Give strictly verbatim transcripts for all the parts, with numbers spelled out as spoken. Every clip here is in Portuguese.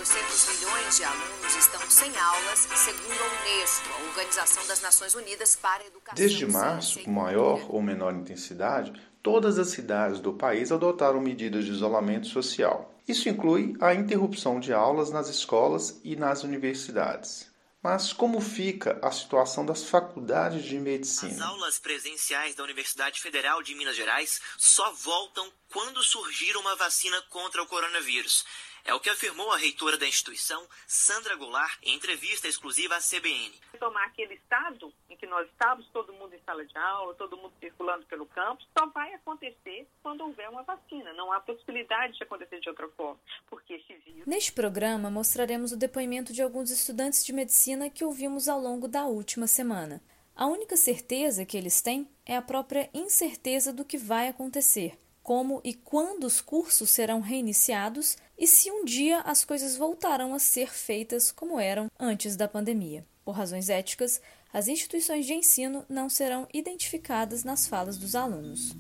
quatrocentos milhões de alunos estão sem aulas, segundo a Unesco, a Organização das Nações Unidas para a Educação. Desde março, com maior ou menor intensidade, todas as cidades do país adotaram medidas de isolamento social. Isso inclui a interrupção de aulas nas escolas e nas universidades. Mas como fica a situação das faculdades de medicina? As aulas presenciais da Universidade Federal de Minas Gerais só voltam quando surgir uma vacina contra o coronavírus. É o que afirmou a reitora da instituição, Sandra Goulart, em entrevista exclusiva à C B N. Tomar aquele estado em que nós estávamos, todo mundo em sala de aula, todo mundo circulando pelo campus, só vai acontecer quando houver uma vacina. Não há possibilidade de acontecer de outra forma, porque esse vírus... Neste programa, mostraremos o depoimento de alguns estudantes de medicina que ouvimos ao longo da última semana. A única certeza que eles têm é a própria incerteza do que vai acontecer, como e quando os cursos serão reiniciados e se um dia as coisas voltarão a ser feitas como eram antes da pandemia. Por razões éticas, as instituições de ensino não serão identificadas nas falas dos alunos.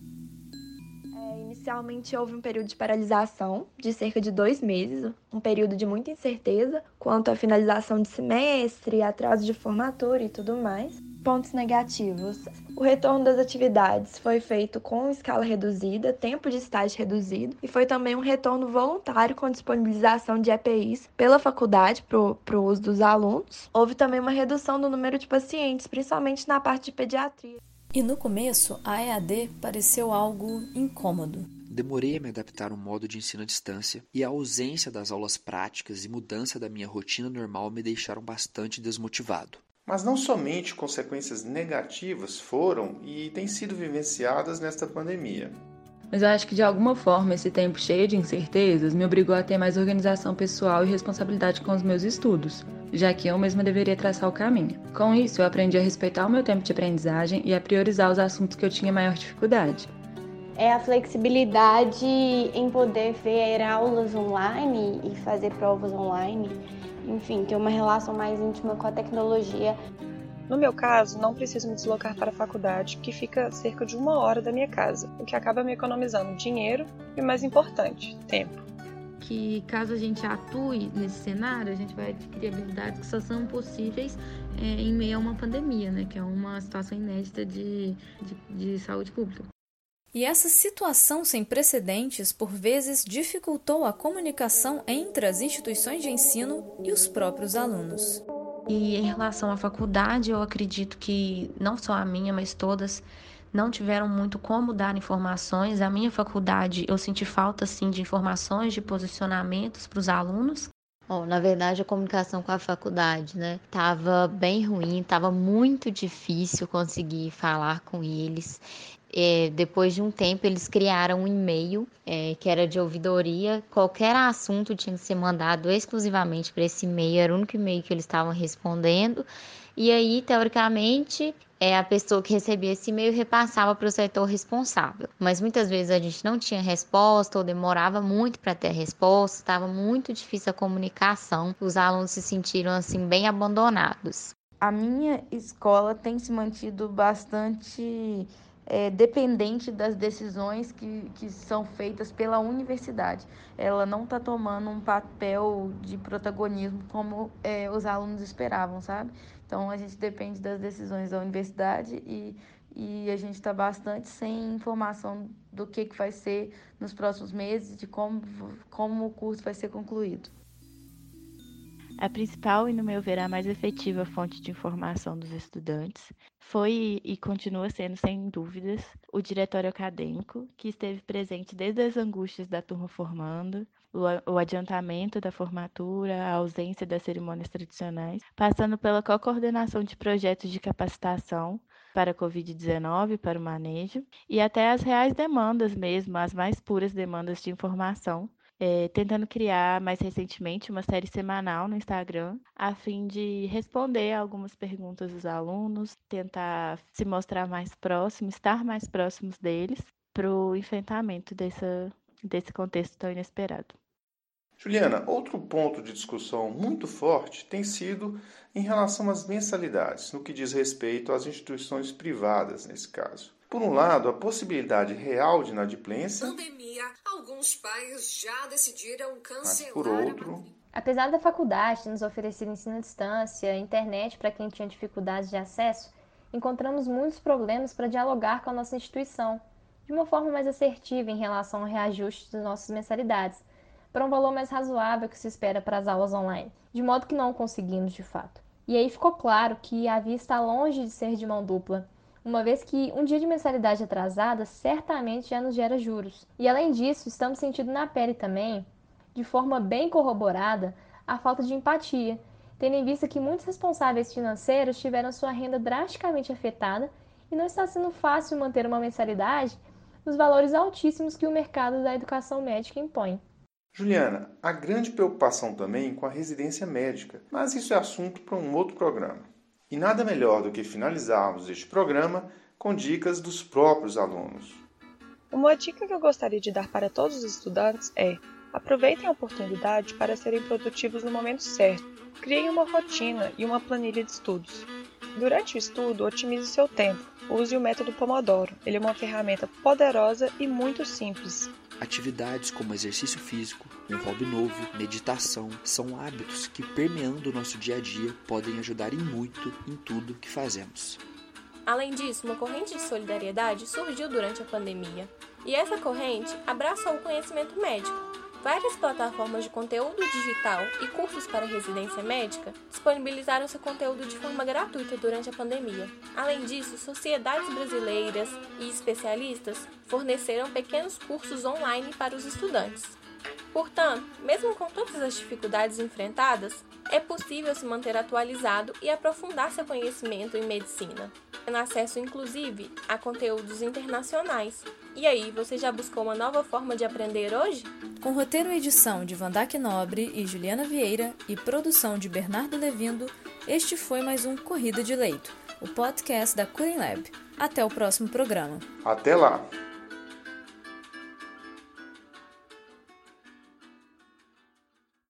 É, inicialmente houve um período de paralisação de cerca de dois meses, um período de muita incerteza quanto à finalização de semestre, atraso de formatura e tudo mais. Pontos negativos. O retorno das atividades foi feito com escala reduzida, tempo de estágio reduzido e foi também um retorno voluntário com disponibilização de E P Is pela faculdade para o uso dos alunos. Houve também uma redução do número de pacientes, principalmente na parte de pediatria. E no começo, a E A D pareceu algo incômodo. Demorei a me adaptar ao modo de ensino à distância e a ausência das aulas práticas e mudança da minha rotina normal me deixaram bastante desmotivado. Mas não somente consequências negativas foram e têm sido vivenciadas nesta pandemia. Mas eu acho que de alguma forma esse tempo cheio de incertezas me obrigou a ter mais organização pessoal e responsabilidade com os meus estudos, já que eu mesma deveria traçar o caminho. Com isso, eu aprendi a respeitar o meu tempo de aprendizagem e a priorizar os assuntos que eu tinha maior dificuldade. É a flexibilidade em poder ver aulas online e fazer provas online. Enfim, ter uma relação mais íntima com a tecnologia. No meu caso, não preciso me deslocar para a faculdade, que fica cerca de uma hora da minha casa, o que acaba me economizando dinheiro e, o mais importante, tempo. Que caso a gente atue nesse cenário, a gente vai adquirir habilidades que só são possíveis é, em meio a uma pandemia, né? Que é uma situação inédita de, de, de saúde pública. E essa situação sem precedentes, por vezes, dificultou a comunicação entre as instituições de ensino e os próprios alunos. E em relação à faculdade, eu acredito que não só a minha, mas todas não tiveram muito como dar informações. A minha faculdade, eu senti falta, sim, de informações, de posicionamentos para os alunos. Bom, na verdade, a comunicação com a faculdade, né, tava bem ruim, tava muito difícil conseguir falar com eles. É, depois de um tempo, eles criaram um e-mail é, que era de ouvidoria. Qualquer assunto tinha que ser mandado exclusivamente para esse e-mail, era o único e-mail que eles estavam respondendo. E aí, teoricamente, é, a pessoa que recebia esse e-mail repassava para o setor responsável. Mas muitas vezes a gente não tinha resposta ou demorava muito para ter resposta, estava muito difícil a comunicação, os alunos se sentiram assim bem abandonados. A minha escola tem se mantido bastante... É, dependente das decisões que, que são feitas pela universidade. Ela não está tomando um papel de protagonismo como é, os alunos esperavam, sabe? Então, a gente depende das decisões da universidade e, e a gente está bastante sem informação do que, que vai ser nos próximos meses, de como, como o curso vai ser concluído. A principal e, no meu ver, a mais efetiva fonte de informação dos estudantes foi e continua sendo, sem dúvidas, o diretório acadêmico, que esteve presente desde as angústias da turma formando, o adiantamento da formatura, a ausência das cerimônias tradicionais, passando pela co-coordenação de projetos de capacitação para a covid dezenove, para o manejo, e até as reais demandas mesmo, as mais puras demandas de informação, É, tentando criar mais recentemente uma série semanal no Instagram, a fim de responder algumas perguntas dos alunos, tentar se mostrar mais próximo, estar mais próximos deles, para o enfrentamento dessa, desse contexto tão inesperado. Juliana, outro ponto de discussão muito forte tem sido em relação às mensalidades, no que diz respeito às instituições privadas, nesse caso. Por um lado, a possibilidade real de inadimplência, Pandemia, alguns pais já decidiram cancelar. mas por outro, Apesar da faculdade nos oferecer ensino à distância, internet para quem tinha dificuldades de acesso, encontramos muitos problemas para dialogar com a nossa instituição, de uma forma mais assertiva em relação ao reajuste das nossas mensalidades, para um valor mais razoável que se espera para as aulas online, de modo que não o conseguimos de fato. E aí ficou claro que a via está longe de ser de mão dupla, uma vez que um dia de mensalidade atrasada certamente já nos gera juros. E além disso, estamos sentindo na pele também, de forma bem corroborada, a falta de empatia, tendo em vista que muitos responsáveis financeiros tiveram sua renda drasticamente afetada e não está sendo fácil manter uma mensalidade nos valores altíssimos que o mercado da educação médica impõe. Juliana, há grande preocupação também com a residência médica, mas isso é assunto para um outro programa. E nada melhor do que finalizarmos este programa com dicas dos próprios alunos. Uma dica que eu gostaria de dar para todos os estudantes é: aproveitem a oportunidade para serem produtivos no momento certo. Criem uma rotina e uma planilha de estudos. Durante o estudo, otimize seu tempo. Use o método Pomodoro. Ele é uma ferramenta poderosa e muito simples. Atividades como exercício físico, um hobby novo, meditação, são hábitos que, permeando o nosso dia a dia, podem ajudar em muito em tudo que fazemos. Além disso, uma corrente de solidariedade surgiu durante a pandemia. E essa corrente abraçou o conhecimento médico. Várias plataformas de conteúdo digital e cursos para residência médica disponibilizaram seu conteúdo de forma gratuita durante a pandemia. Além disso, sociedades brasileiras e especialistas forneceram pequenos cursos online para os estudantes. Portanto, mesmo com todas as dificuldades enfrentadas, é possível se manter atualizado e aprofundar seu conhecimento em medicina, tendo acesso inclusive a conteúdos internacionais. E aí, você já buscou uma nova forma de aprender hoje? Com roteiro e edição de Vandac Nobre e Juliana Vieira e produção de Bernardo Levindo, este foi mais um Corrida de Leito, o podcast da Cooling Lab. Até o próximo programa. Até lá!